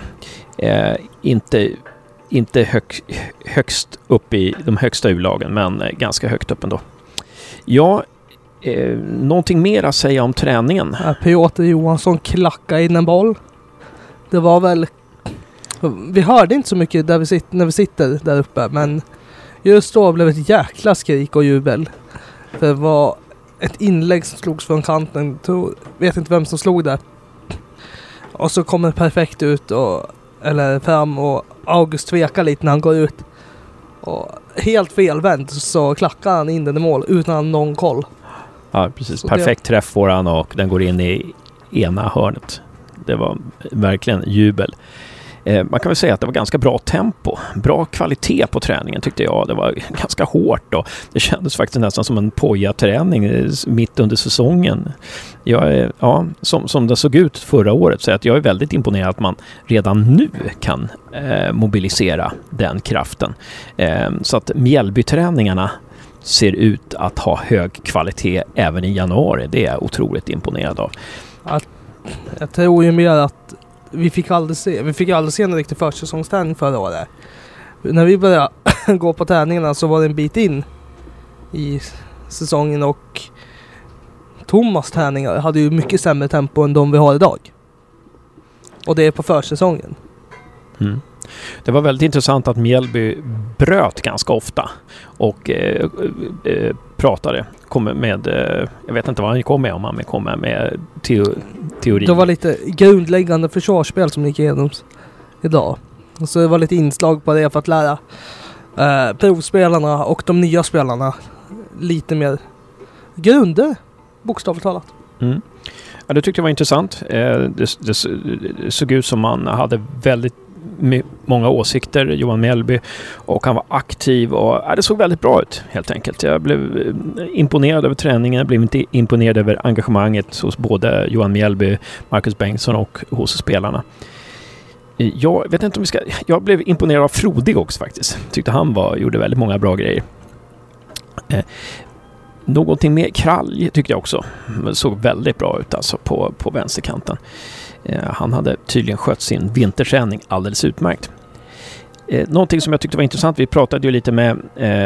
Speaker 1: Inte högst upp i de högsta U-lagen, men ganska högt upp ändå. Ja, någonting mer att säga om träningen?
Speaker 3: Piotr Johansson klackade in en boll. Det var väl... Vi hörde inte så mycket när vi sitter där uppe, men just då blev ett jäkla skrik och jubel. För det var ett inlägg som slogs från kanten. Vet inte vem som slog det. Och så kommer det perfekt ut eller fram och August tvekar lite när han går ut. Och helt felvänt så klackar han in den i mål utan någon koll.
Speaker 1: Ja, precis.
Speaker 3: Så
Speaker 1: Perfekt träff får han och den går in i ena hörnet. Det var verkligen jubel. Man kan väl säga att det var ganska bra tempo. Bra kvalitet på träningen tyckte jag. Det var ganska hårt och det kändes faktiskt nästan som en poja-träning mitt under säsongen. Som det såg ut förra året, så att jag är väldigt imponerad att man redan nu kan mobilisera den kraften. Så att Mjällby-träningarna ser ut att ha hög kvalitet även i januari. Det är jag otroligt imponerad av.
Speaker 3: Jag tror ju mer att vi fick aldrig se en riktig försäsongsträning förra året. När vi började gå på träningarna så var det en bit in i säsongen och Thomas träningar hade ju mycket sämre tempo än de vi har idag. Och det är på försäsongen.
Speaker 1: Mm. Det var väldigt intressant att Mjällby bröt ganska ofta och pratade. Kom med, jag vet inte vad han kom med, om han kom med teori.
Speaker 3: Det var lite grundläggande försvarsspel som gick igenom idag. Och så det var lite inslag på det för att lära provspelarna och de nya spelarna lite mer grunder, bokstavligt talat.
Speaker 1: Mm. Ja, det tyckte jag var intressant. Det såg ut som man hade väldigt många åsikter, Johan Mjällby, och han var aktiv och det såg väldigt bra ut helt enkelt. Jag blev imponerad över träningen, jag blev inte imponerad över engagemanget hos både Johan Mjällby, Marcus Bengtsson och hos spelarna. Jag vet inte om jag blev imponerad av Frodig också faktiskt. Tyckte han gjorde väldigt många bra grejer. Någonting med Kralj tyckte jag också såg väldigt bra ut alltså på vänsterkanten. Han hade tydligen skött sin vinterträning alldeles utmärkt. Någonting som jag tyckte var intressant, vi pratade ju lite med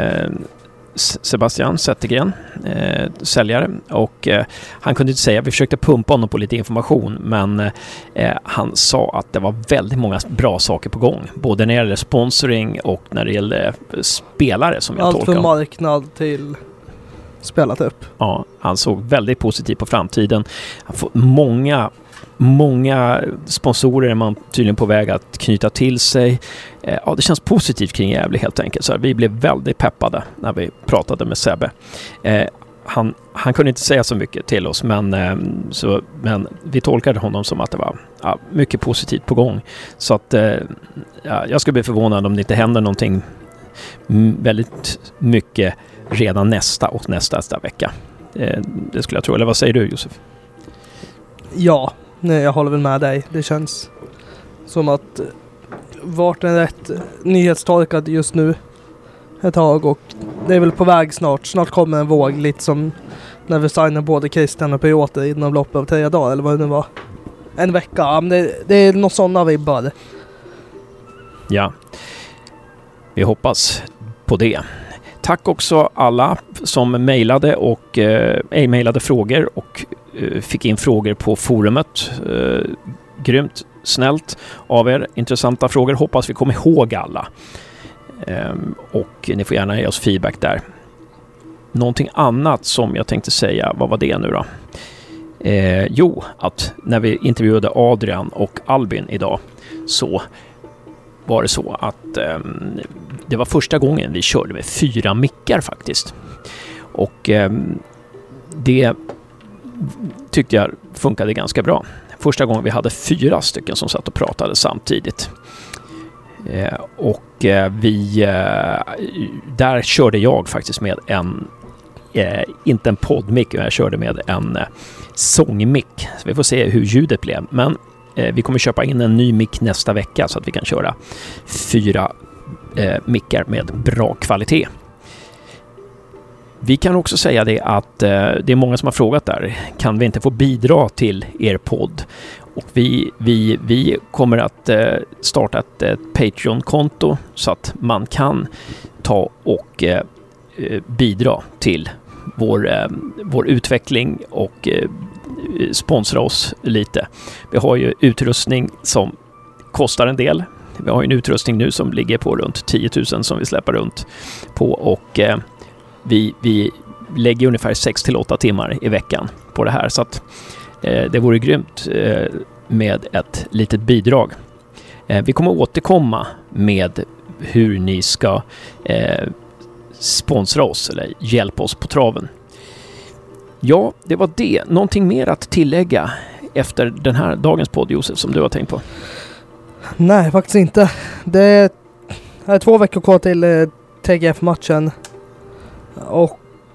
Speaker 1: Sebastian Zettergren, säljare, och han kunde inte säga, vi försökte pumpa honom på lite information, men han sa att det var väldigt många bra saker på gång, både när det gäller sponsoring och när det gäller spelare som jag tolkar.
Speaker 3: Allt från marknad till spelat upp.
Speaker 1: Ja, han såg väldigt positivt på framtiden. Han får många sponsorer är man tydligen på väg att knyta till sig. Ja, det känns positivt kring Gävle helt enkelt. Så vi blev väldigt peppade när vi pratade med Sebbe. Han kunde inte säga så mycket till oss, men vi tolkade honom som att det var mycket positivt på gång. Så att jag skulle bli förvånad om det inte händer någonting väldigt mycket redan nästa vecka. Det skulle jag tro. Eller vad säger du, Josef?
Speaker 3: Ja, nej, jag håller väl med dig. Det känns som att vart är rätt nyhetstorkad just nu ett tag, och det är väl på väg snart. Snart kommer en våg, lite som när vi signar både Christian och Piotr inom loppet av 3 dagar, eller vad det nu var. En vecka, men det är något sådana vibbar.
Speaker 1: Ja, vi hoppas på det. Tack också alla som mejlade och mejlade frågor och fick in frågor på forumet. Grymt snällt av er. Intressanta frågor. Hoppas vi kommer ihåg alla. Och ni får gärna ge oss feedback där. Någonting annat som jag tänkte säga, vad var det nu då? Jo, att när vi intervjuade Adrian och Albin idag så var det så att det var första gången vi körde med 4 mickar faktiskt. Och det tyckte jag funkade ganska bra. Första gången vi hade 4 stycken som satt och pratade samtidigt. Där körde jag faktiskt med inte en poddmick, jag körde med en sångmick. Så vi får se hur ljudet blev. Men vi kommer köpa in en ny mick nästa vecka så att vi kan köra 4 mickar med bra kvalitet. Vi kan också säga det att det är många som har frågat där. Kan vi inte få bidra till er podd? Och vi kommer att starta ett Patreon-konto så att man kan ta och bidra till vår utveckling och sponsra oss lite. Vi har ju utrustning som kostar en del. Vi har en utrustning nu som ligger på runt 10 000 som vi släpper runt på, och vi lägger ungefär 6-8 timmar i veckan på det här, så att det vore grymt med ett litet bidrag. Vi kommer återkomma med hur ni ska sponsra oss eller hjälpa oss på traven. Ja, det var det. Någonting mer att tillägga efter den här dagens podd, Josef, som du har tänkt på?
Speaker 3: Nej, faktiskt inte. Det är 2 veckor kvar till TGF-matchen. Och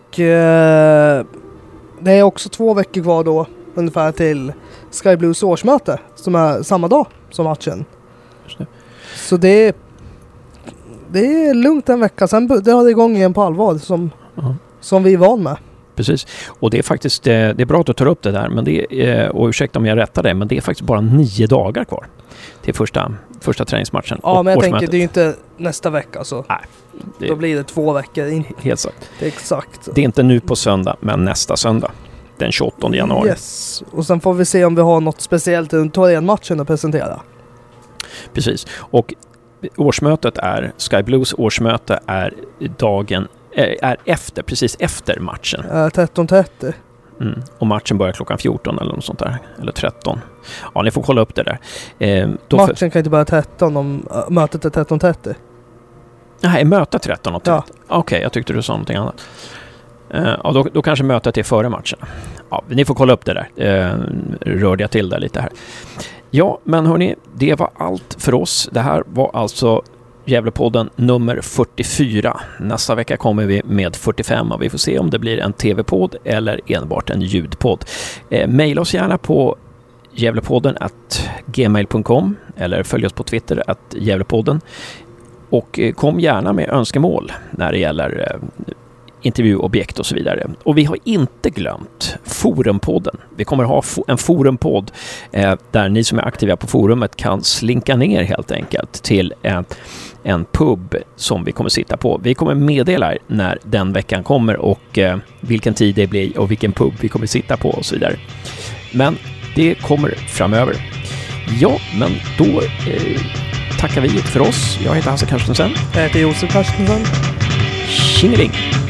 Speaker 3: det är också 2 veckor kvar då ungefär till Sky Blues årsmöte som är samma dag som matchen.
Speaker 1: Just det.
Speaker 3: Så det är lugnt en vecka. Sen drar det igång igen på allvar som vi är van med.
Speaker 1: Precis. Och det är faktiskt, det är bra att du tar upp det där, men det är, och ursäkta om jag rättar det, men det är faktiskt bara 9 dagar kvar till första träningsmatchen.
Speaker 3: Ja, men jag
Speaker 1: årsmötet.
Speaker 3: tänker, det är ju inte nästa vecka så.
Speaker 1: Nej.
Speaker 3: Då blir det 2 veckor.
Speaker 1: Helt sagt.
Speaker 3: Det är exakt.
Speaker 1: Det är inte nu på söndag, men nästa söndag. Den 28 januari.
Speaker 3: Yes. Och sen får vi se om vi har något speciellt under Torén-matchen att presentera.
Speaker 1: Precis. Och årsmötet är, Sky Blues årsmöte är dagen, är efter, precis efter matchen.
Speaker 3: 13:30.
Speaker 1: Och matchen börjar klockan 14 eller något sånt där. Eller 13. Ja, ni får kolla upp det där.
Speaker 3: Matchen kan inte börja 13 om mötet är 13:30.
Speaker 1: Nej, mötet 13 och 13.
Speaker 3: Ja.
Speaker 1: Okej, jag tyckte du sa någonting annat. Ja, då kanske mötet är före matchen. Ja, ni får kolla upp det där. Rörde jag till det lite här. Ja, men hörni, det var allt för oss. Det här var alltså Gävlepodden nummer 44. Nästa vecka kommer vi med 45 och vi får se om det blir en tv-podd eller enbart en ljudpodd. Maila oss gärna på gävlepodden@gmail.com eller följ oss på Twitter @gävlepodden. Och kom gärna med önskemål när det gäller intervjuobjekt och så vidare. Och vi har inte glömt forumpodden. Vi kommer ha en forumpodd där ni som är aktiva på forumet kan slinka ner helt enkelt till en pub som vi kommer sitta på. Vi kommer meddela när den veckan kommer och vilken tid det blir och vilken pub vi kommer sitta på och så vidare. Men det kommer framöver. Ja, men då tackar vi för oss. Jag heter Hasse Karstensen.
Speaker 3: Jag heter Josef Karstensen.
Speaker 1: Tjingeling!